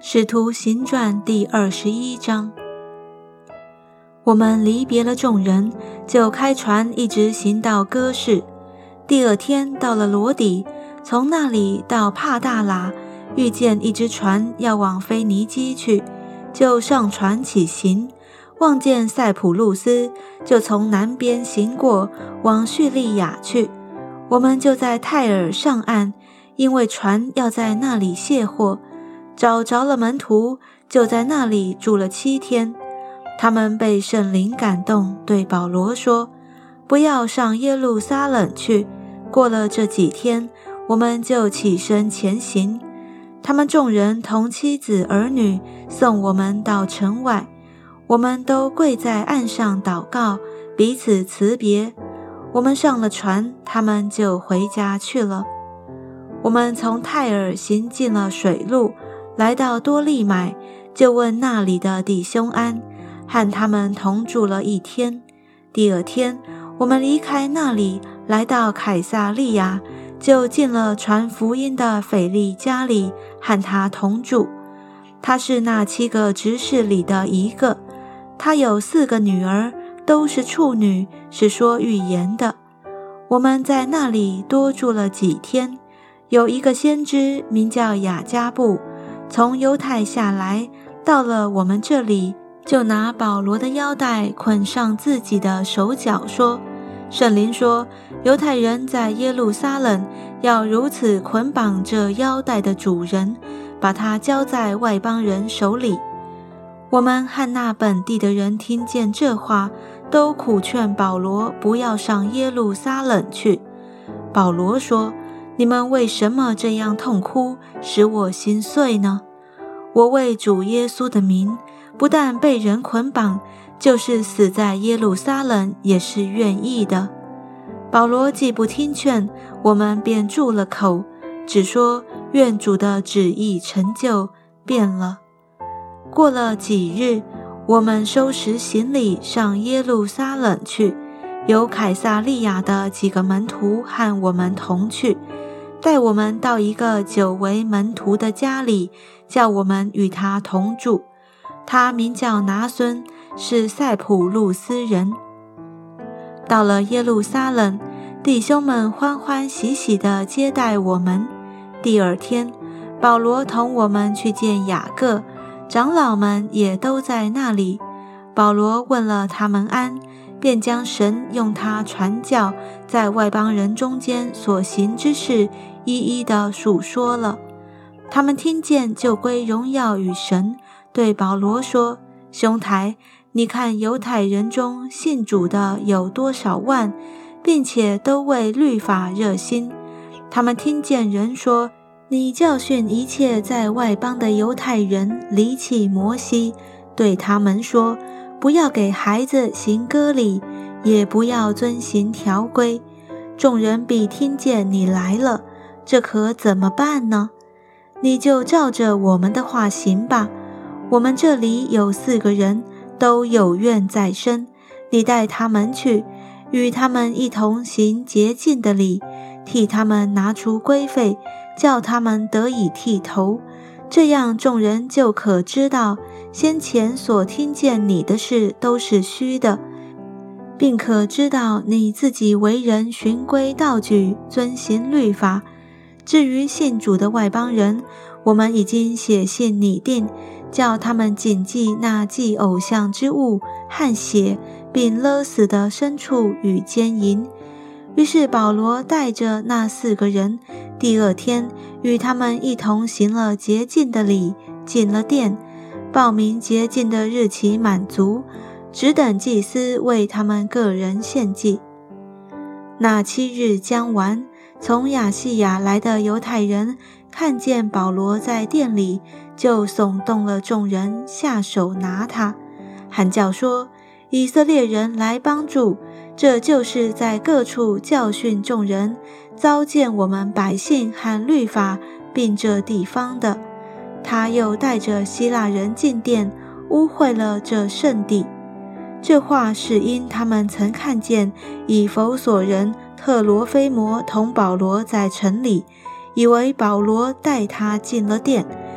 使徒行传第21章。我们离别了众人，就开船一直行到哥士。第二天到了罗底，从那里到帕大拉，遇见一只船要往腓尼基去，就上船起行，望见塞浦路斯，就从南边行过，往叙利亚去。我们就在泰尔上岸，因为船要在那里卸货。找着了门徒，就在那里住了7天。他们被圣灵感动，对保罗说，不要上耶路撒冷去。过了这几天，我们就起身前行。他们众人同妻子儿女送我们到城外，我们都跪在岸上祷告，彼此辞别。我们上了船，他们就回家去了。我们从泰尔行进了水路，来到多利买，就问那里的弟兄安，和他们同住了1天。第二天，我们离开那里，来到凯撒利亚，就进了传福音的腓力家里，和他同住。他是那7个执事里的一个，他有4个女儿，都是处女，是说预言的。我们在那里多住了几天。有一个先知名叫雅加布，从犹太下来，到了我们这里，就拿保罗的腰带捆上自己的手脚，说，圣灵说，犹太人在耶路撒冷要如此捆绑这腰带的主人，把他交在外邦人手里。我们和那本地的人听见这话，都苦劝保罗不要上耶路撒冷去。保罗说，你们为什么这样痛哭，使我心碎呢？我为主耶稣的名，不但被人捆绑，就是死在耶路撒冷也是愿意的。保罗既不听劝，我们便住了口，只说愿主的旨意成就，变了。过了几日，我们收拾行李上耶路撒冷去，有凯撒利亚的几个门徒和我们同去，带我们到一个久为门徒的家里，叫我们与他同住。他名叫拿孙，是塞浦路斯人。到了耶路撒冷，弟兄们欢欢喜喜地接待我们。第二天，保罗同我们去见雅各，长老们也都在那里。保罗问了他们安，便将神用他传教在外邦人中间所行之事一一地述说了。他们听见，就归荣耀与神，对保罗说，兄台，你看犹太人中信主的有多少万，并且都为律法热心。他们听见人说，你教训一切在外邦的犹太人离弃摩西，对他们说，不要给孩子行割礼，也不要遵行条规。众人必听见你来了，这可怎么办呢？你就照着我们的话行吧。我们这里有4个人，都有怨在身，你带他们去，与他们一同行洁净的礼，替他们拿出规费，叫他们得以剃头。这样众人就可知道，先前所听见你的事都是虚的，并可知道你自己为人循规蹈矩，遵行律法。至于信主的外邦人，我们已经写信拟定，叫他们谨记那祭偶像之物和血，并勒死的牲畜与奸淫。于是保罗带着那4个人，第二天与他们一同行了洁净的礼，进了殿，报明洁净的日期满足，只等祭司为他们个人献祭。那7日将完，从亚细亚来的犹太人看见保罗在殿里，就耸动了众人，下手拿他，喊叫说，以色列人来帮助，这就是在各处教训众人，糟践我们百姓和律法，并这地方的。他又带着希腊人进殿，污秽了这圣地。这话是因他们曾看见以弗所人特罗菲摩同保罗在城里，以为保罗带他进了殿。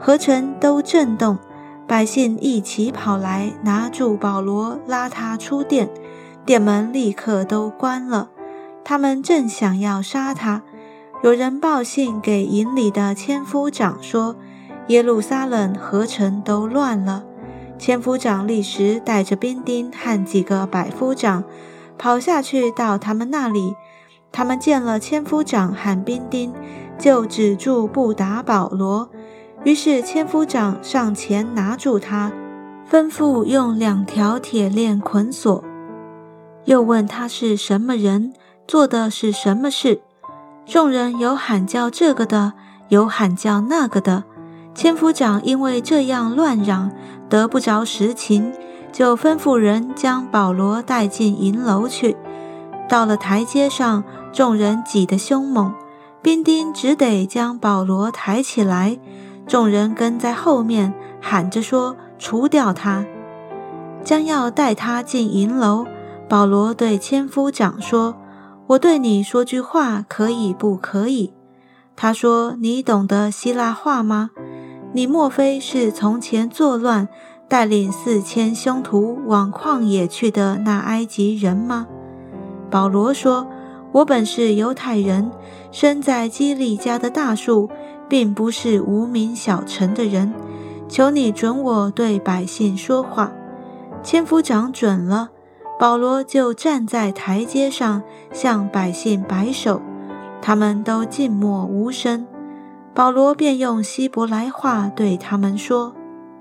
河城都震动，百姓一起跑来，拿住保罗，拉他出殿，殿门立刻都关了。他们正想要杀他，有人报信给营里的千夫长说，耶路撒冷河城都乱了。千夫长立时带着兵丁和几个百夫长跑下去到他们那里，他们见了千夫长和兵丁，就止住不打保罗。于是千夫长上前拿住他，吩咐用2条铁链捆锁，又问他是什么人，做的是什么事。众人有喊叫这个的，有喊叫那个的。千夫长因为这样乱嚷，得不着实情，就吩咐人将保罗带进营楼去。到了台阶上，众人挤得凶猛，兵丁只得将保罗抬起来，众人跟在后面喊着说，除掉他。将要带他进营楼，保罗对千夫长说，我对你说句话，可以不可以？他说，你懂得希腊话吗？你莫非是从前作乱，带领4000凶徒往旷野去的那埃及人吗？保罗说，我本是犹太人，生在基利家的大树，并不是无名小城的人，求你准我对百姓说话。千夫长准了，保罗就站在台阶上向百姓摆手，他们都静默无声。保罗便用希伯来话对他们说，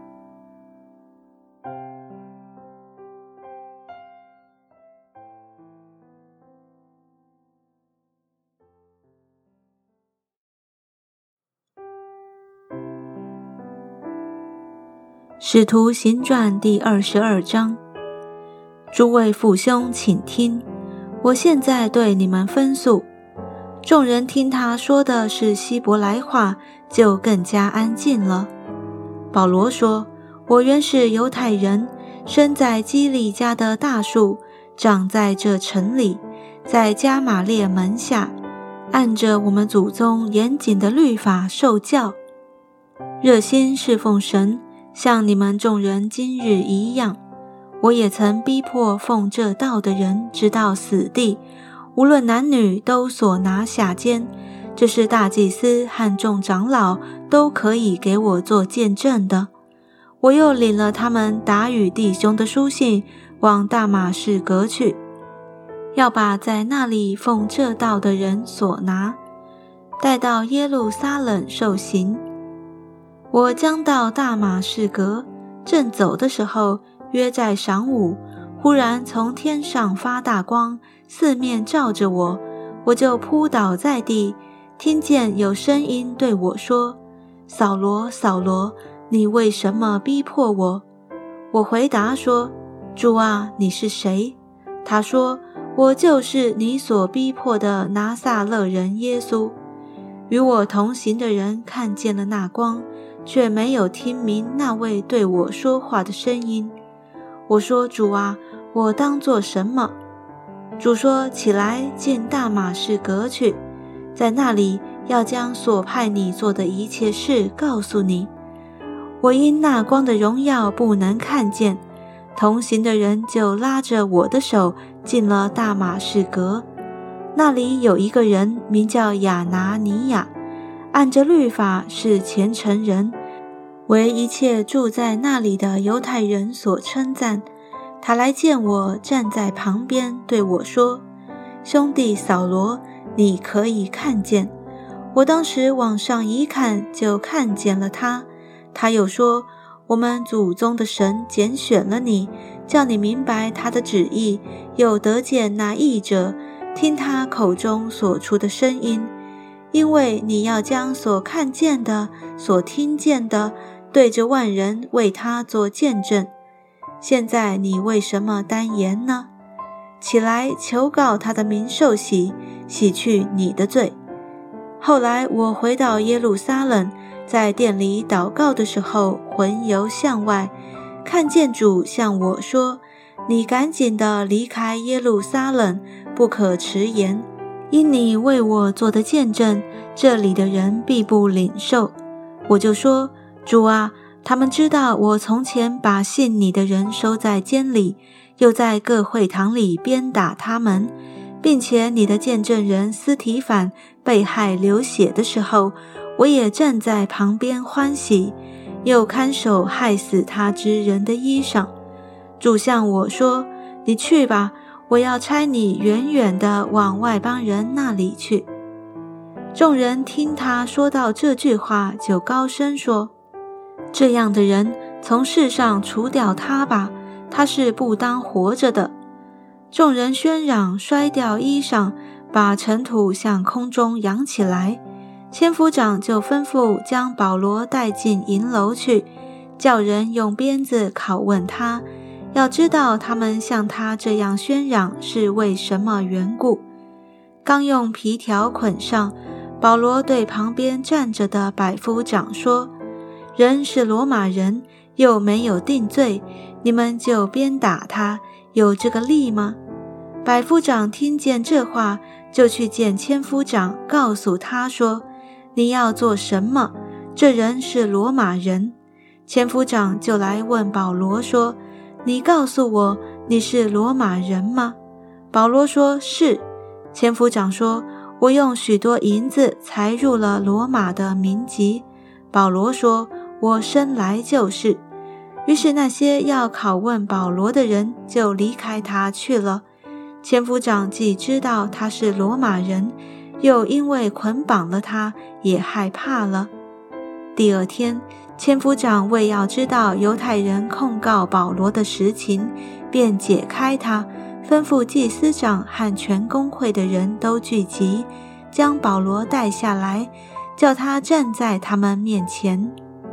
使徒行传第22章。诸位父兄请听，我现在对你们分诉。众人听他说的是希伯来话，就更加安静了。保罗说，我原是犹太人，生在基利家的大树，长在这城里，在加玛列门下，按着我们祖宗严谨的律法受教，热心侍奉神，像你们众人今日一样。我也曾逼迫奉这道的人直到死地，无论男女都所拿下监，这是大祭司和众长老都可以给我做见证的。我又领了他们打与弟兄的书信，往大马士革去，要把在那里奉这道的人所拿，带到耶路撒冷受刑。我将到大马士革，正走的时候，约在晌午，忽然从天上发大光，四面照着我，我就扑倒在地，听见有声音对我说，扫罗，扫罗，你为什么逼迫我？我回答说，主啊，你是谁？他说，我就是你所逼迫的拿撒勒人耶稣。与我同行的人看见了那光，却没有听明那位对我说话的声音。我说，主啊，我当做什么？主说，起来进大马士革去，在那里要将所派你做的一切事告诉你。我因那光的荣耀不能看见，同行的人就拉着我的手进了大马士革。那里有一个人名叫亚拿尼亚，按着律法是虔诚人，为一切住在那里的犹太人所称赞。他来见我，站在旁边对我说，兄弟扫罗，你可以看见。我当时往上一看，就看见了他。他又说，我们祖宗的神拣选了你，叫你明白他的旨意，又得见那义者，听他口中所出的声音，因为你要将所看见的、所听见的，对着万人为他做见证。现在你为什么单言呢？起来求告他的名受洗，洗去你的罪。后来我回到耶路撒冷，在殿里祷告的时候，魂游向外，看见主向我说，你赶紧地离开耶路撒冷，不可迟延，因你为我做的见证，这里的人必不领受。我就说， 主啊，他们知道我从前把信你的人收在监里，又在各会堂里鞭打他们，并且你的见证人司提反被害流血的时候，我也站在旁边欢喜，又看守害死他之人的衣裳。主向我说，你去吧，我要差你远远地往外邦人那里去。众人听他说到这句话，就高声说，这样的人从世上除掉他吧，他是不当活着的。众人喧嚷，摔掉衣裳，把尘土向空中扬起来。千夫长就吩咐将保罗带进营楼去，叫人用鞭子拷问他，要知道他们向他这样喧嚷是为什么缘故。刚用皮条捆上，保罗对旁边站着的百夫长说，人是罗马人，又没有定罪，你们就鞭打他，有这个理吗？百夫长听见这话，就去见千夫长，告诉他说，你要做什么？这人是罗马人。千夫长就来问保罗说，你告诉我，你是罗马人吗？保罗说，是。千夫长说，我用许多银子才入了罗马的民籍。保罗说，我生来就是。于是那些要拷问保罗的人就离开他去了。千夫长既知道他是罗马人，又因为捆绑了他，也害怕了。第二天，千夫长为要知道犹太人控告保罗的实情，便解开他，吩咐祭司长和全公会的人都聚集，将保罗带下来，叫他站在他们面前。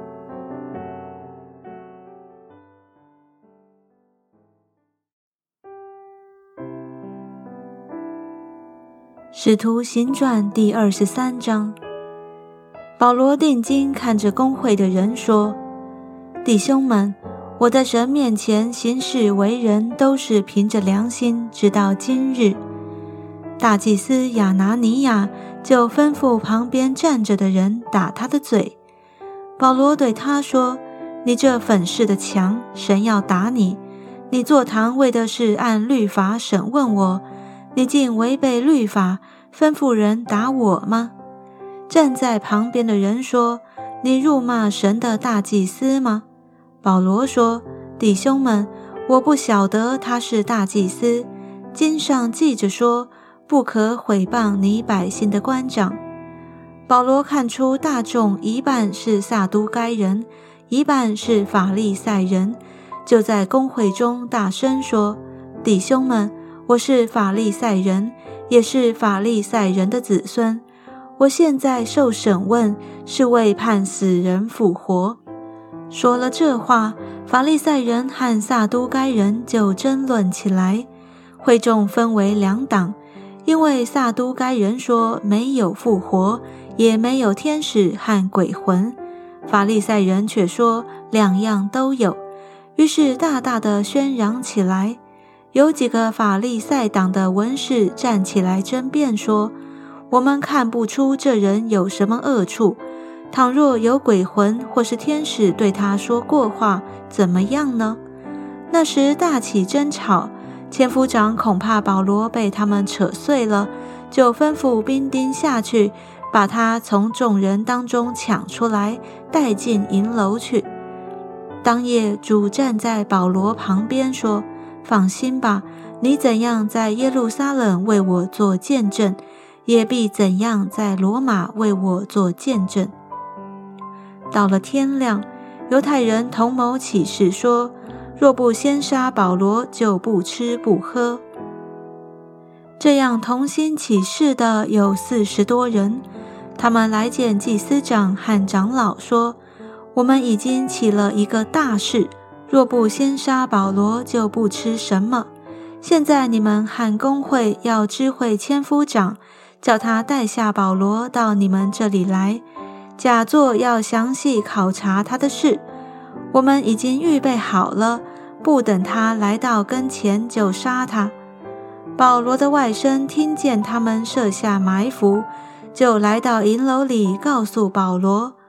使徒行传第23章。保罗定睛看着公会的人说，弟兄们，我在神面前行事为人，都是凭着良心，直到今日。大祭司亚拿尼亚就吩咐旁边站着的人打他的嘴。保罗对他说，你这粉饰的墙，神要打你。你坐堂为的是按律法审问我，你竟违背律法，吩咐人打我吗？站在旁边的人说，你辱骂神的大祭司吗？保罗说，弟兄们，我不晓得他是大祭司，经上记着说，不可毁谤你百姓的官长。保罗看出大众一半是撒都该人，一半是法利赛人，就在公会中大声说，弟兄们，我是法利赛人，也是法利赛人的子孙。我现在受审问，是为判死人复活。说了这话，法利赛人和撒都该人就争论起来。会众分为两党，因为撒都该人说没有复活，也没有天使和鬼魂，法利赛人却说两样都有。于是大大的喧嚷起来。有几个法利赛党的文士站起来争辩说，我们看不出这人有什么恶处，倘若有鬼魂或是天使对他说过话，怎么样呢？那时大起争吵，千夫长恐怕保罗被他们扯碎了，就吩咐兵丁下去，把他从众人当中抢出来，带进营楼去。当夜主站在保罗旁边说，放心吧，你怎样在耶路撒冷为我做见证，也必怎样在罗马为我做见证。到了天亮，犹太人同谋起誓说，若不先杀保罗，就不吃不喝。这样同心起誓的有40多人，他们来见祭司长和长老说，我们已经起了一个大事，若不先杀保罗，就不吃什么。现在你们和公会要知会千夫长，叫他带下保罗到你们这里来，假作要详细考察他的事。我们已经预备好了，不等他来到跟前就杀他。保罗的外甥听见他们设下埋伏，就来到营楼里告诉保罗。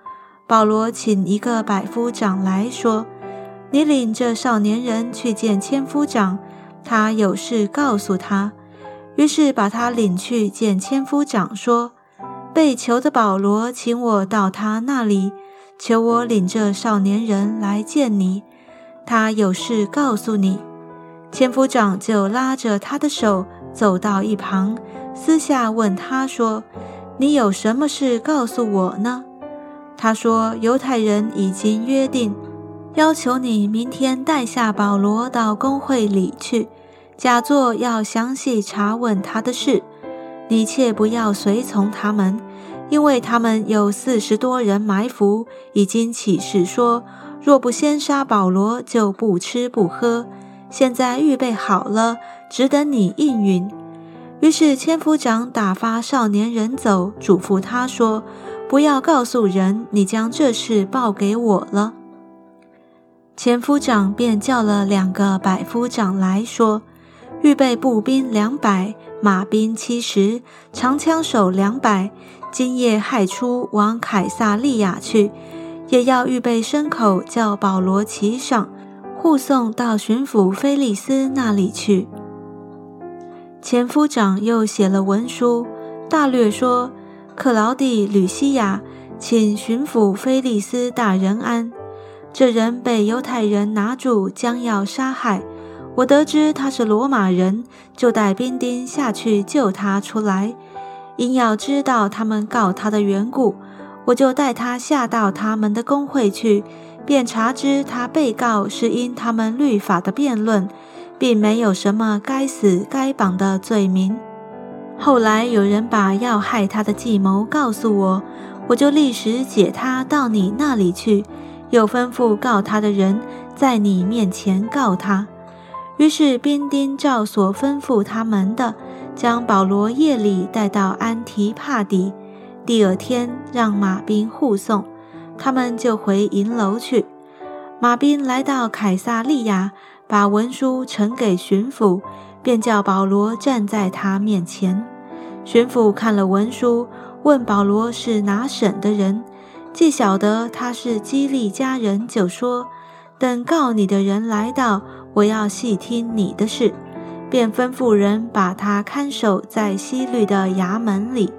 保罗请一个百夫长来说，你领这少年人去见千夫长，他有事告诉他。于是把他领去见千夫长，说，被囚的保罗请我到他那里，求我领这少年人来见你，他有事告诉你。千夫长就拉着他的手走到一旁，私下问他说，你有什么事告诉我呢？他说，犹太人已经约定，要求你明天带下保罗到公会里去，假作要详细查问他的事，你切不要随从他们，因为他们有40多人埋伏，已经起誓说，若不先杀保罗，就不吃不喝。现在预备好了，只等你应允。于是千夫长打发少年人走，嘱咐他说，不要告诉人，你将这事报给我了。千夫长便叫了2个百夫长来说，预备步兵200，马兵70，长枪手200，今夜亥初往凯撒利亚去，也要预备牲口，叫保罗骑上，护送到巡抚菲利斯那里去。千夫长又写了文书，大略说，克劳地吕西亚请巡抚菲利斯大人安，这人被犹太人拿住，将要杀害。我得知他是罗马人，就带兵丁下去救他出来。因要知道他们告他的缘故，我就带他下到他们的公会去，便查知他被告是因他们律法的辩论，并没有什么该死该绑的罪名。后来有人把要害他的计谋告诉我，我就立时解他到你那里去，又吩咐告他的人在你面前告他。于是兵丁照所吩咐他们的，将保罗夜里带到安提帕底，第2天让马兵护送，他们就回营楼去。马兵来到凯撒利亚，把文书呈给巡抚，便叫保罗站在他面前。巡抚看了文书，问保罗是哪省的人，既晓得他是基利家人，就说，等告你的人来到，我要细听你的事，便吩咐人把他看守在希律的衙门里。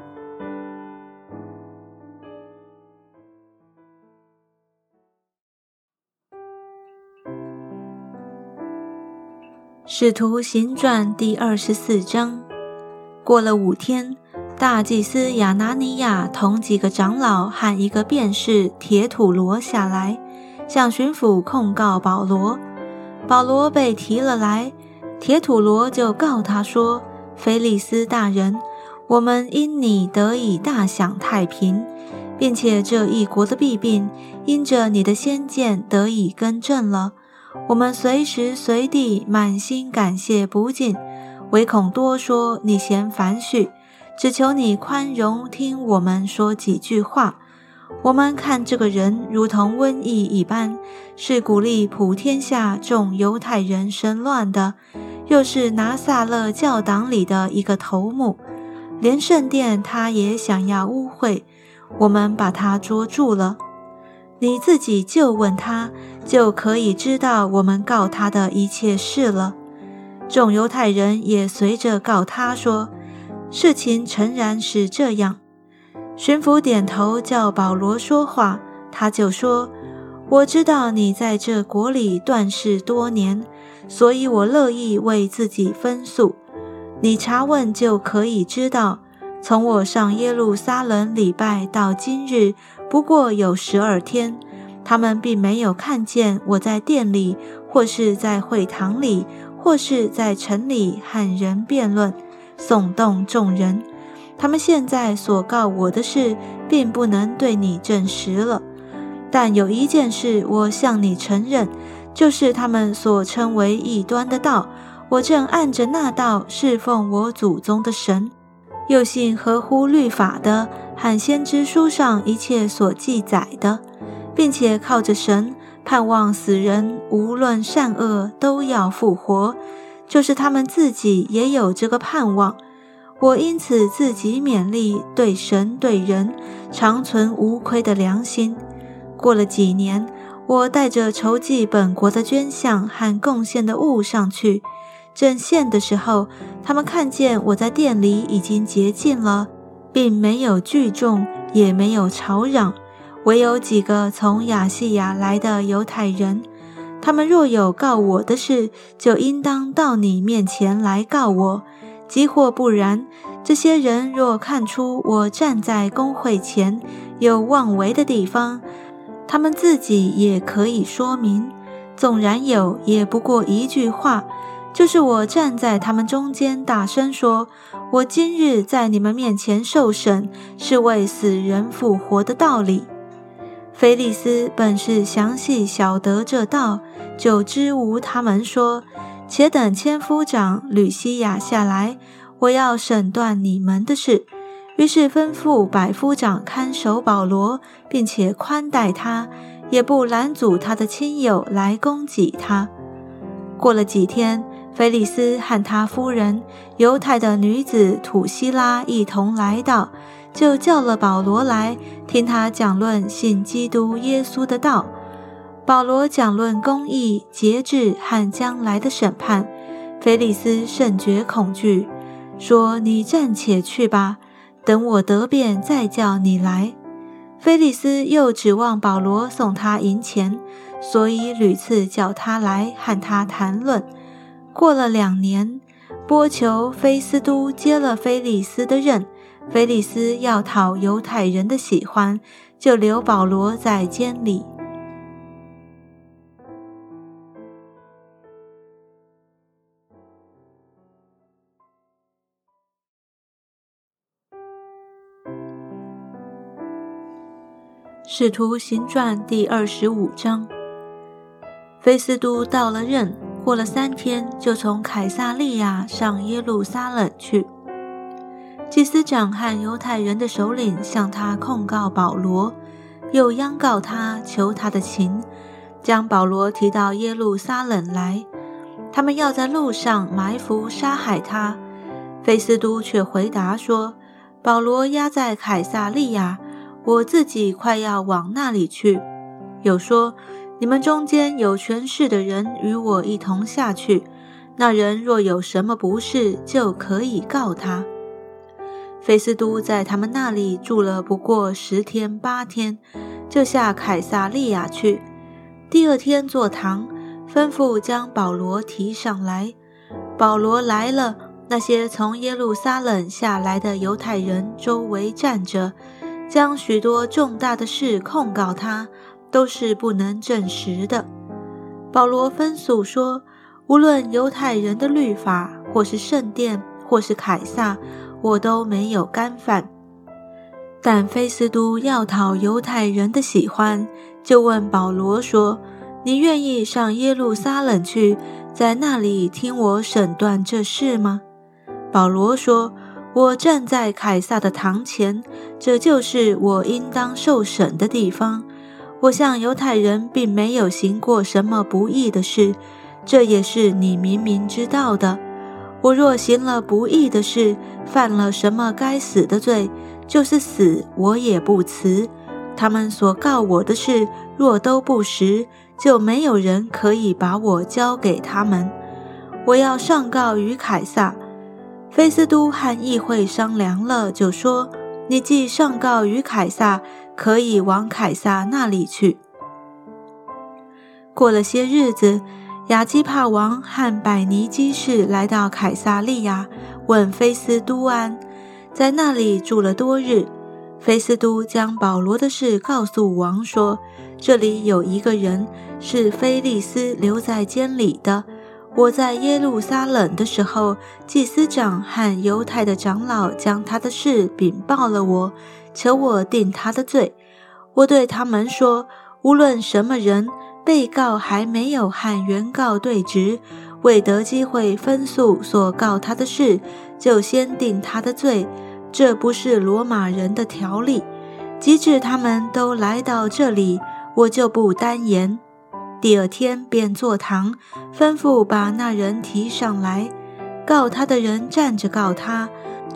使徒行传第24章。过了5天，大祭司亚拿尼亚同几个长老和一个辩士铁土罗下来，向巡抚控告保罗。保罗被提了来，铁土罗就告他说，菲利斯大人，我们因你得以大享太平，并且这一国的弊病因着你的先见得以更正了，我们随时随地满心感谢不尽，唯恐多说你嫌繁絮，只求你宽容听我们说几句话。我们看这个人如同瘟疫一般，是鼓励普天下众犹太人生乱的，又是拿撒勒教党里的一个头目，连圣殿他也想要污秽，我们把他捉住了。你自己就问他，就可以知道我们告他的一切事了。众犹太人也随着告他说，事情诚然是这样。巡抚点头叫保罗说话，他就说，我知道你在这国里断事多年，所以我乐意为自己分诉。你查问就可以知道，从我上耶路撒冷礼拜到今日，不过有12天，他们并没有看见我在殿里，或是在会堂里，或是在城里和人辩论，耸动众人。他们现在所告我的事，并不能对你证实了。但有一件事我向你承认，就是他们所称为异端的道，我正按着那道侍奉我祖宗的神，又信合乎律法的和先知书上一切所记载的，并且靠着神盼望死人无论善恶都要复活，就是他们自己也有这个盼望。 我因此自己勉励，对神对人常存无亏的良心。过了几年，我带着筹集本国的捐项和贡献的物上去，正献的时候，他们看见我在店里已经洁净了，并没有聚众，也没有吵嚷，唯有几个从亚细亚来的犹太人。他们若有告我的事，就应当到你面前来告我；即或不然，这些人若看出我站在公会前有妄为的地方，他们自己也可以说明。纵然有，也不过一句话，就是我站在他们中间大声说，我今日在你们面前受审，是为死人复活的道理。腓利斯本是详细晓得这道，就支吾他们说，且等千夫长吕西亚下来，我要审断你们的事。于是吩咐百夫长看守保罗，并且宽待他，也不拦阻他的亲友来攻击他。过了几天，腓利斯和他夫人犹太的女子土希拉一同来到，就叫了保罗来，听他讲论信基督耶稣的道。保罗讲论公义、节制和将来的审判。腓利斯甚觉恐惧，说，你暂且去吧，等我得便再叫你来。腓利斯又指望保罗送他银钱，所以屡次叫他来和他谈论。过了2年，波求菲斯都接了腓利斯的任，腓利斯要讨犹太人的喜欢，就留保罗在监里。使徒行传第25章。菲斯都到了任，过了3天，就从凯撒利亚上耶路撒冷去。祭司长和犹太人的首领向他控告保罗，又央告他，求他的情，将保罗提到耶路撒冷来。他们要在路上埋伏杀害他。菲斯都却回答说，保罗押在凯撒利亚，我自己快要往那里去。有说，你们中间有权势的人与我一同下去，那人若有什么不是，就可以告他。菲斯都在他们那里住了不过10天8天，就下凯撒利亚去。第2天坐堂，吩咐将保罗提上来。保罗来了，那些从耶路撒冷下来的犹太人周围站着，将许多重大的事控告他，都是不能证实的。保罗分诉说，无论犹太人的律法，或是圣殿，或是凯撒，我都没有干犯。但菲斯都要讨犹太人的喜欢，就问保罗说，你愿意上耶路撒冷去，在那里听我审断这事吗？保罗说，我站在凯撒的堂前，这就是我应当受审的地方。我向犹太人并没有行过什么不义的事，这也是你明明知道的。我若行了不义的事，犯了什么该死的罪，就是死我也不辞。他们所告我的事若都不实，就没有人可以把我交给他们。我要上告于凯撒。菲斯都和议会商量了，就说，你既上告于凯撒，可以往凯撒那里去。过了些日子，亚基帕王和百尼基士来到凯撒利亚，问菲斯都安，在那里住了多日。菲斯都将保罗的事告诉王说，这里有一个人是菲利斯留在监里的。我在耶路撒冷的时候，祭司长和犹太的长老将他的事禀报了我，求我定他的罪。我对他们说，无论什么人，被告还没有和原告对质，未得机会分诉所告他的事，就先定他的罪，这不是罗马人的条例。及至他们都来到这里，我就不单言。第2天便坐堂，吩咐把那人提上来。告他的人站着告他，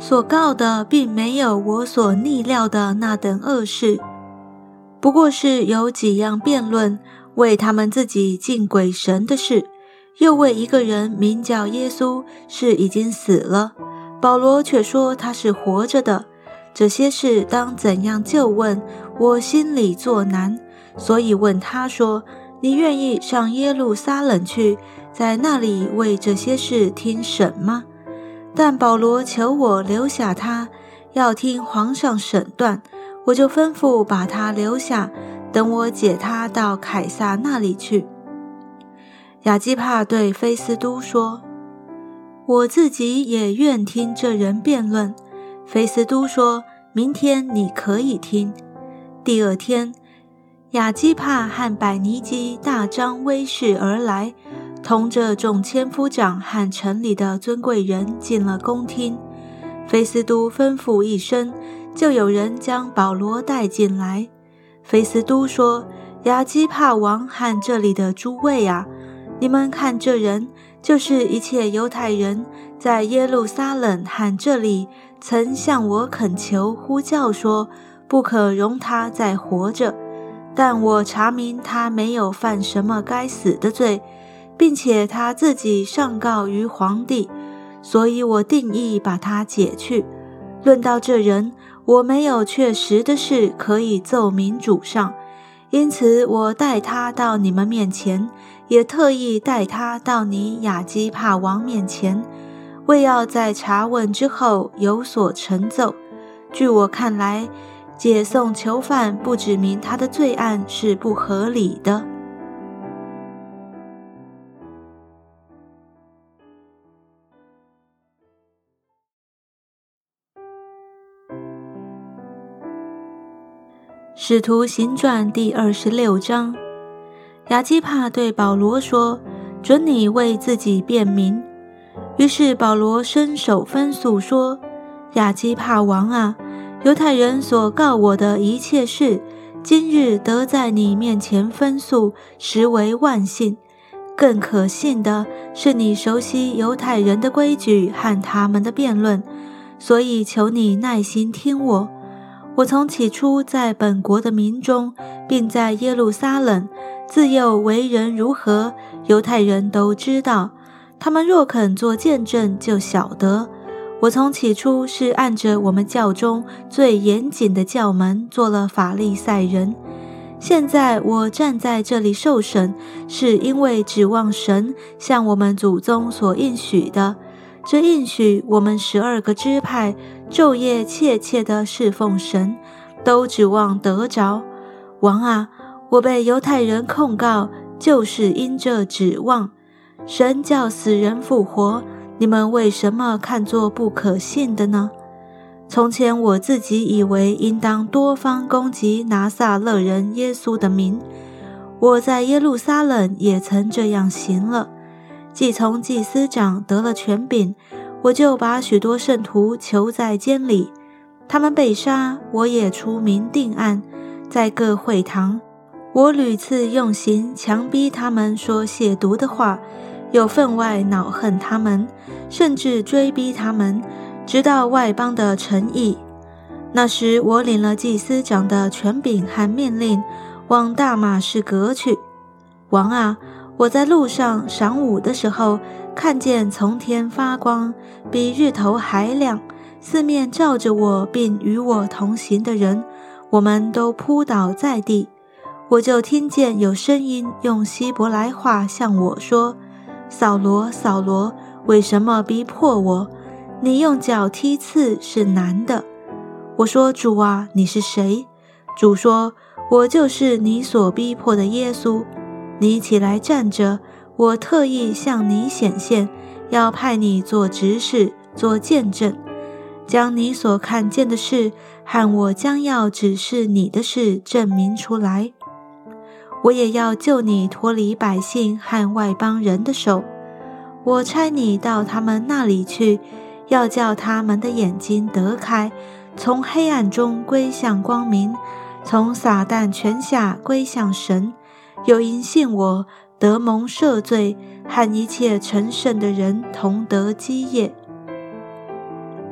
所告的并没有我所逆料的那等恶事，不过是有几样辩论，为他们自己敬鬼神的事，又为一个人名叫耶稣是已经死了，保罗却说他是活着的。这些事当怎样就问，我心里作难，所以问他说，你愿意上耶路撒冷去，在那里为这些事听审吗？但保罗求我留下他，要听皇上审断，我就吩咐把他留下，等我解他到凯撒那里去。亚基帕对菲斯都说，我自己也愿听这人辩论。菲斯都说，明天你可以听。第二天，亚基帕和百尼基大张威势而来，同着众千夫长和城里的尊贵人进了宫厅。菲斯都吩咐一声，就有人将保罗带进来。菲斯都说，亚基帕王和这里的诸位啊，你们看这人，就是一切犹太人在耶路撒冷和这里曾向我恳求呼叫说，不可容他再活着，但我查明他没有犯什么该死的罪，并且他自己上告于皇帝，所以我定义把他解去。论到这人，我没有确实的事可以奏明主上，因此我带他到你们面前，也特意带他到你亚基帕王面前，为要在查问之后有所成奏。据我看来，解送囚犯不指明他的罪案是不合理的。使徒行传第26章，亚基帕对保罗说，准你为自己辩明。于是保罗伸手分诉说，亚基帕王啊，犹太人所告我的一切事，今日得在你面前分诉，实为万幸。更可信的是，你熟悉犹太人的规矩和他们的辩论，所以求你耐心听我。我从起初在本国的民中，并在耶路撒冷，自幼为人如何，犹太人都知道。他们若肯做见证，就晓得我从起初是按着我们教中最严谨的教门做了法利赛人。现在我站在这里受审，是因为指望神向我们祖宗所应许的。这应许我们12个支派昼夜切切地侍奉神，都指望得着。王啊，我被犹太人控告，就是因这指望。神叫死人复活，你们为什么看作不可信的呢？从前我自己以为应当多方攻击拿撒勒人耶稣的名，我在耶路撒冷也曾这样行了。既从祭司长得了权柄，我就把许多圣徒囚在监里，他们被杀，我也出名定案，在各会堂，我屡次用刑强逼他们说亵渎的话，又分外恼恨他们，甚至追逼他们，直到外邦的城邑。那时我领了祭司长的权柄和命令，往大马士革去。王啊，我在路上晌午的时候，看见从天发光，比日头还亮，四面照着我并与我同行的人，我们都扑倒在地。我就听见有声音用希伯来话向我说，扫罗，扫罗，为什么逼迫我？你用脚踢刺是难的。我说，主啊，你是谁？主说，我就是你所逼迫的耶稣。你起来站着，我特意向你显现，要派你做执事，做见证，将你所看见的事和我将要指示你的事证明出来。我也要救你脱离百姓和外邦人的手。我差你到他们那里去，要叫他们的眼睛得开，从黑暗中归向光明，从撒旦权下归向神。又因信我，得蒙赦罪，和一切成圣的人同得基业。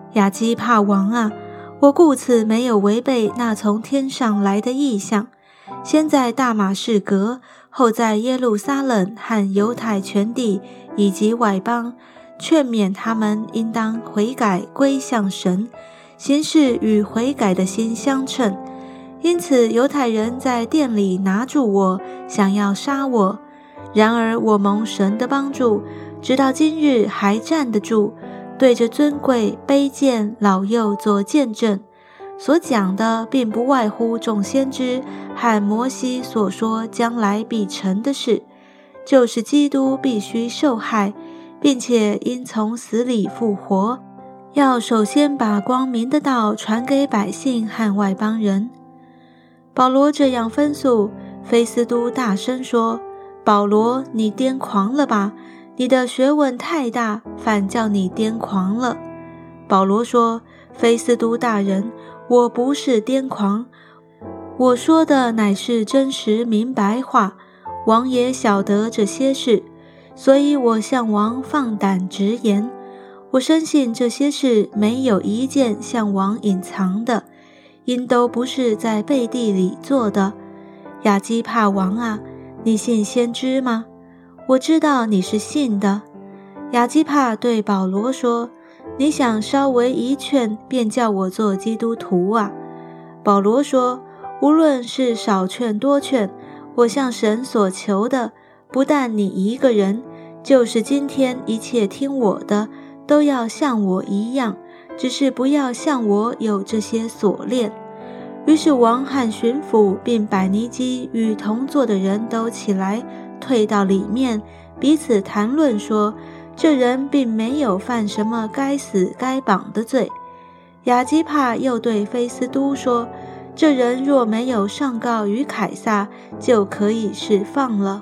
亚基帕王啊，我故此没有违背那从天上来的意象，先在大马士革，后在耶路撒冷和犹太全地以及外邦，劝勉他们应当悔改归向神，行事与悔改的心相称。因此犹太人在殿里拿住我，想要杀我。然而我蒙神的帮助，直到今日还站得住，对着尊贵、卑贱、老幼做见证。所讲的并不外乎众先知和摩西所说将来必成的事，就是基督必须受害，并且因从死里复活，要首先把光明的道传给百姓和外邦人。保罗这样分诉，菲斯都大声说：保罗，你癫狂了吧？你的学问太大，反叫你癫狂了。保罗说：菲斯都大人，我不是癫狂，我说的乃是真实明白话，王也晓得这些事，所以我向王放胆直言。我深信这些事没有一件向王隐藏的，因都不是在背地里做的。亚基帕王啊，你信先知吗？我知道你是信的。亚基帕对保罗说：你想稍微一劝，便叫我做基督徒啊？保罗说：无论是少劝多劝，我向神所求的，不但你一个人，就是今天一切听我的，都要像我一样，只是不要像我有这些锁链。于是王和巡抚并百尼基与同坐的人都起来，退到里面，彼此谈论说，这人并没有犯什么该死该绑的罪。亚基帕又对菲斯都说，这人若没有上告于凯撒，就可以释放了。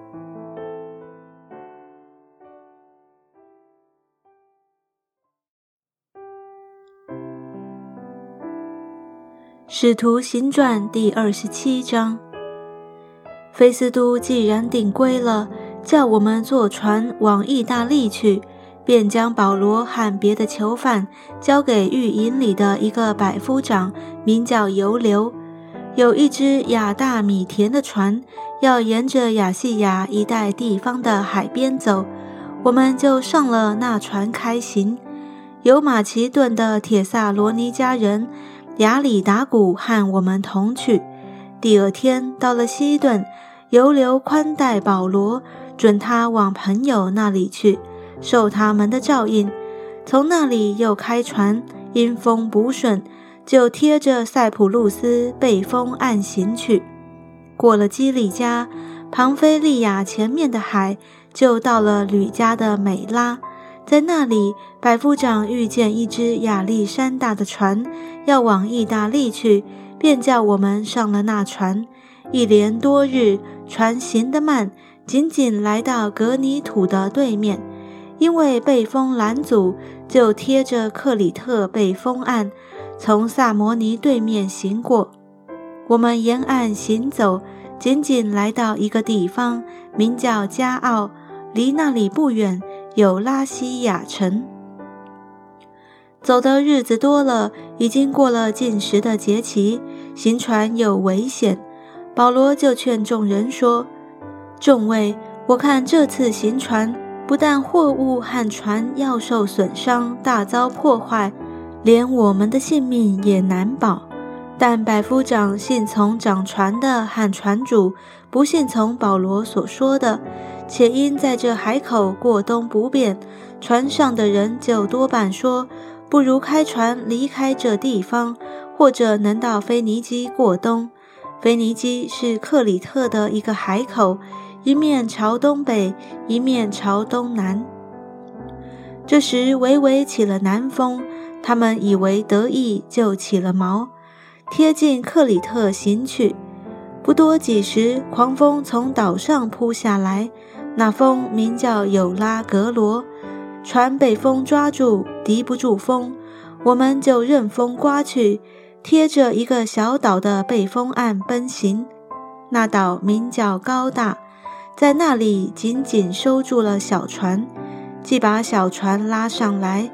使徒行传第27章。菲斯都既然定规了，叫我们坐船往意大利去，便将保罗和别的囚犯交给狱营里的一个百夫长，名叫尤留。有一只亚大米田的船，要沿着亚细亚一带地方的海边走，我们就上了那船开行。有马其顿的帖撒罗尼迦人亚里达古和我们同去。第二天到了西顿，尤留宽待保罗，准他往朋友那里去，受他们的照应。从那里又开船，因风不顺，就贴着塞浦路斯背风岸行去。过了基利加，庞菲利亚前面的海，就到了吕家的美拉。在那里，百夫长遇见一只亚历山大的船，要往意大利去，便叫我们上了那船。一连多日，船行得慢，仅仅来到格尼土的对面，因为被风拦阻，就贴着克里特背风岸，从萨摩尼对面行过。我们沿岸行走，仅仅来到一个地方，名叫加奥，离那里不远，有拉西亚城。走的日子多了，已经过了禁食的节期，行船有危险。保罗就劝众人说，众位，我看这次行船，不但货物和船要受损伤，大遭破坏，连我们的性命也难保。但百夫长信从掌船的和船主，不信从保罗所说的，且因在这海口过冬不便，船上的人就多半说，不如开船离开这地方，或者能到腓尼基过冬。腓尼基是克里特的一个海口，一面朝东北，一面朝东南。这时微微起了南风，他们以为得意，就起了锚，贴近克里特行去。不多几时，狂风从岛上扑下来，那风名叫有拉格罗，船被风抓住，敌不住风，我们就任风刮去，贴着一个小岛的背风岸奔行。那岛名叫高大，在那里紧紧收住了小船，既把小船拉上来，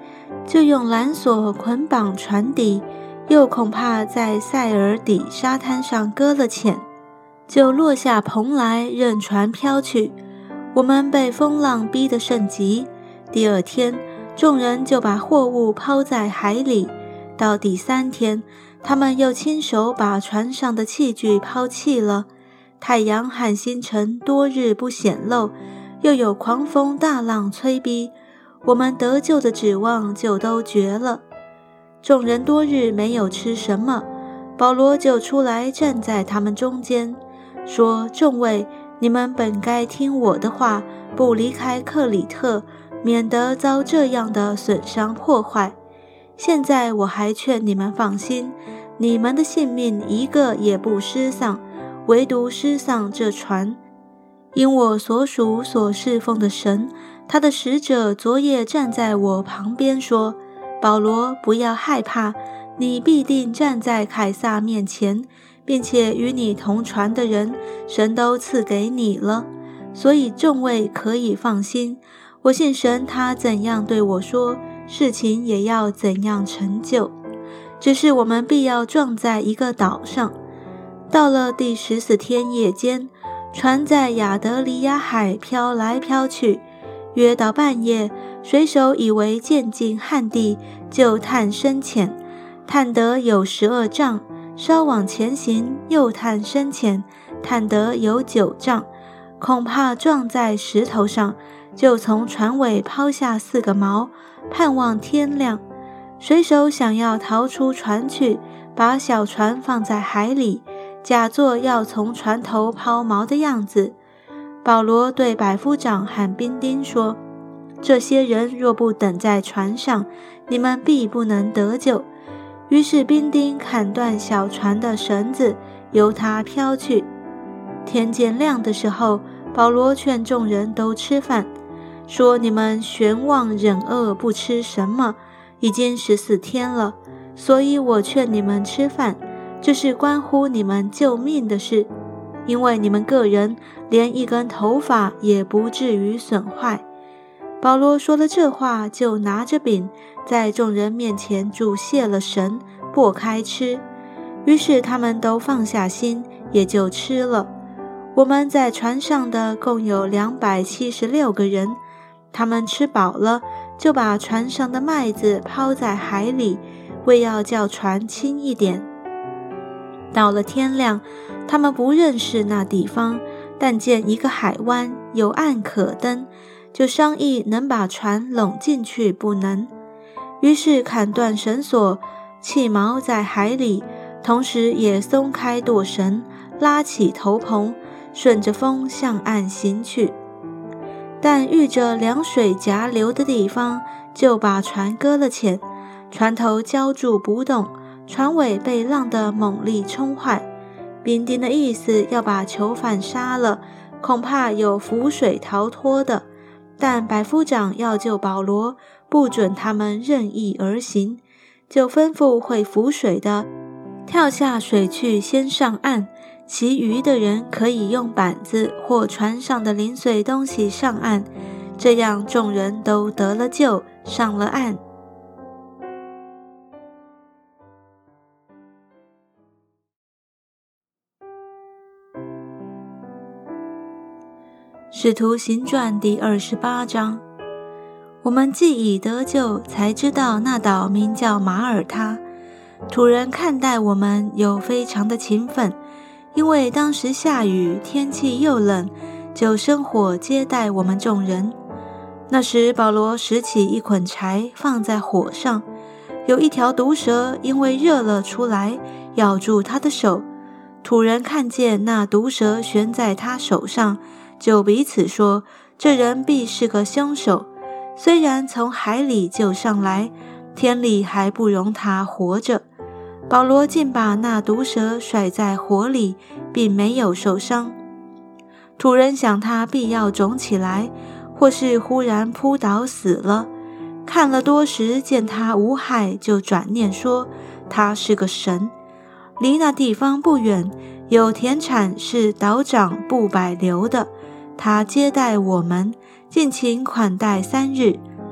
就用缆索捆绑船底，又恐怕在塞尔底沙滩上搁了浅，就落下蓬来，任船飘去。我们被风浪逼得甚急，第二天众人就把货物抛在海里，到第三天他们又亲手把船上的器具抛弃了。太阳和星辰多日不显露，又有狂风大浪催逼，我们得救的指望就都绝了。众人多日没有吃什么，保罗就出来站在他们中间，说：众位，你们本该听我的话，不离开克里特，免得遭这样的损伤破坏。现在我还劝你们放心，你们的性命一个也不失丧，唯独失丧这船。因我所属所侍奉的神，他的使者昨夜站在我旁边说：保罗，不要害怕，你必定站在凯撒面前，并且与你同船的人，神都赐给你了。所以众位可以放心，我信神，他怎样对我说，事情也要怎样成就。只是我们必要撞在一个岛上。到了第14天夜间，船在亚得里亚海飘来飘去，约到半夜，水手以为渐近旱地，就探深浅，探得有12丈，稍往前行，又探深浅，探得有9丈，恐怕撞在石头上，就从船尾抛下4个锚，盼望天亮。水手想要逃出船去，把小船放在海里，假作要从船头抛锚的样子。保罗对百夫长和兵丁说：这些人若不等在船上，你们必不能得救。于是兵丁砍断小船的绳子，由它飘去。天渐亮的时候，保罗劝众人都吃饭，说：你们悬望忍饿不吃什么，已经14天了，所以我劝你们吃饭，这是关乎你们救命的事，因为你们个人连一根头发也不至于损坏。保罗说了这话，就拿着饼在众人面前祝谢了神，擘开吃。于是他们都放下心，也就吃了。我们在船上的共有276个人，他们吃饱了，就把船上的麦子抛在海里，为要叫船轻一点。到了天亮，他们不认识那地方，但见一个海湾，有岸可登，就商议能把船拢进去不能。于是砍断绳索，弃锚在海里，同时也松开舵绳，拉起头篷，顺着风向岸行去。但遇着凉水夹流的地方，就把船搁了浅，船头浇住不动，船尾被浪的猛力冲坏。兵丁的意思要把囚犯杀了，恐怕有浮水逃脱的，但百夫长要救保罗，不准他们任意而行，就吩咐会浮水的跳下水去先上岸，其余的人可以用板子或船上的零碎东西上岸，这样众人都得了救，上了岸。使徒行传第28章。我们既已得救，才知道那岛名叫马耳他。土人看待我们有非常的勤奋，因为当时下雨，天气又冷，就生火接待我们众人。那时保罗拾起一捆柴放在火上，有一条毒蛇因为热了出来，咬住他的手。土人看见那毒蛇悬在他手上，就彼此说：这人必是个凶手，虽然从海里救上来，天理还不容他活着。保罗竟把那毒蛇甩在火里，并没有受伤。土人想他必要肿起来，或是忽然扑倒死了。看了多时，见他无害，就转念说他是个神。离那地方不远，有田产是岛长布百流的，他接待我们，尽情款待3日。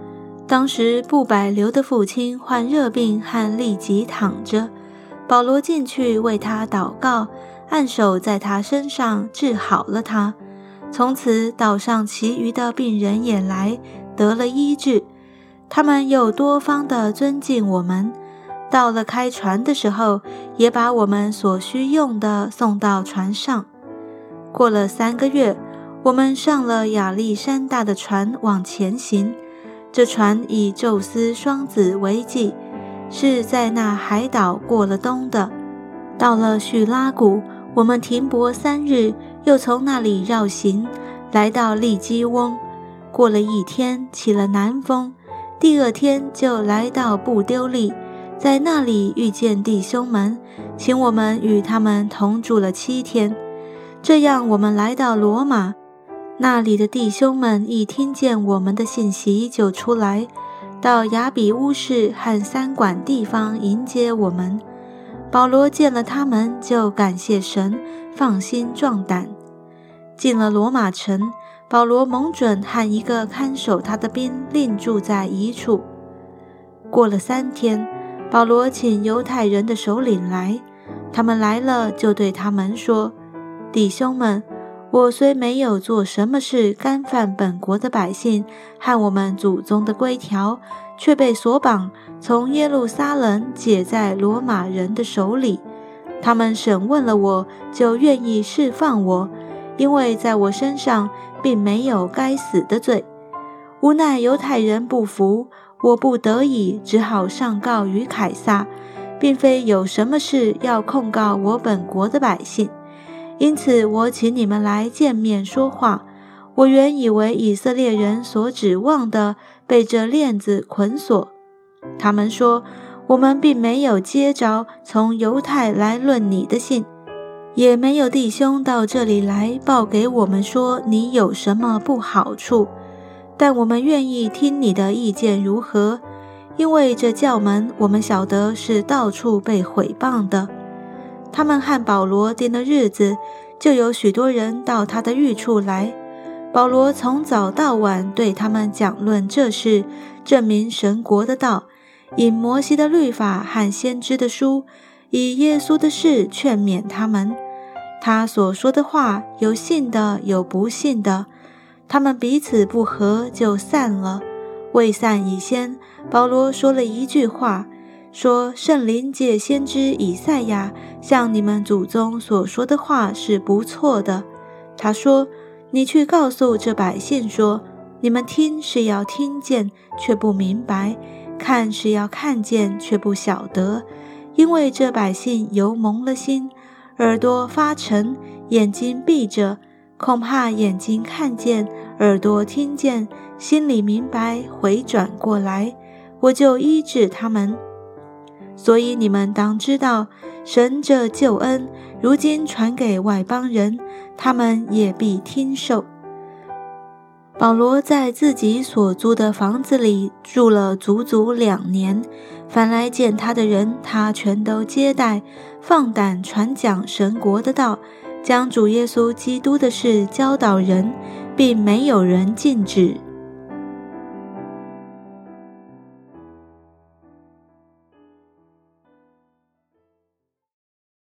当时布百流的父亲患热病和痢疾躺着，保罗进去为他祷告，按手在他身上治好了他。从此岛上其余的病人也来，得了医治。他们又多方的尊敬我们，到了开船的时候，也把我们所需用的送到船上。过了3个月，我们上了亚历山大的船往前行。这船以宙斯双子为记，是在那海岛过了冬的。到了叙拉古，我们停泊3日，又从那里绕行，来到利基翁。过了1天，起了南风，第2天就来到布丢利，在那里遇见弟兄们，请我们与他们同住了7天。这样我们来到罗马，那里的弟兄们一听见我们的信息，就出来，到亚比乌市和3馆地方迎接我们。保罗见了他们，就感谢神，放心壮胆。进了罗马城，保罗蒙准和一个看守他的兵另住在一处。过了3天，保罗请犹太人的首领来，他们来了，就对他们说：弟兄们，我虽没有做什么事干犯本国的百姓和我们祖宗的规条，却被索绑，从耶路撒冷解在罗马人的手里。他们审问了我，就愿意释放我，因为在我身上并没有该死的罪。无奈犹太人不服，我不得已只好上告于凯撒，并非有什么事要控告我本国的百姓。因此我请你们来见面说话。我原以为以色列人所指望的被这链子捆锁。他们说，我们并没有接着从犹太来论你的信，也没有弟兄到这里来报给我们说你有什么不好处，但我们愿意听你的意见如何，因为这教门我们晓得是到处被毁谤的。他们和保罗定了日子，就有许多人到他的寓处来。保罗从早到晚对他们讲论这事，证明神国的道，引摩西的律法和先知的书，以耶稣的事劝勉他们。他所说的话，有信的，有不信的。他们彼此不和，就散了。未散以先，保罗说了一句话，说圣灵借先知以赛亚向你们祖宗所说的话是不错的。他说，你去告诉这百姓说，你们听是要听见，却不明白；看是要看见，却不晓得。因为这百姓油蒙了心，耳朵发沉，眼睛闭着，恐怕眼睛看见，耳朵听见，心里明白，回转过来，我就医治他们。所以你们当知道，神这救恩如今传给外邦人，他们也必听受。保罗在自己所租的房子里住了足足2年，凡来见他的人，他全都接待，放胆传讲神国的道，将主耶稣基督的事教导人，并没有人禁止。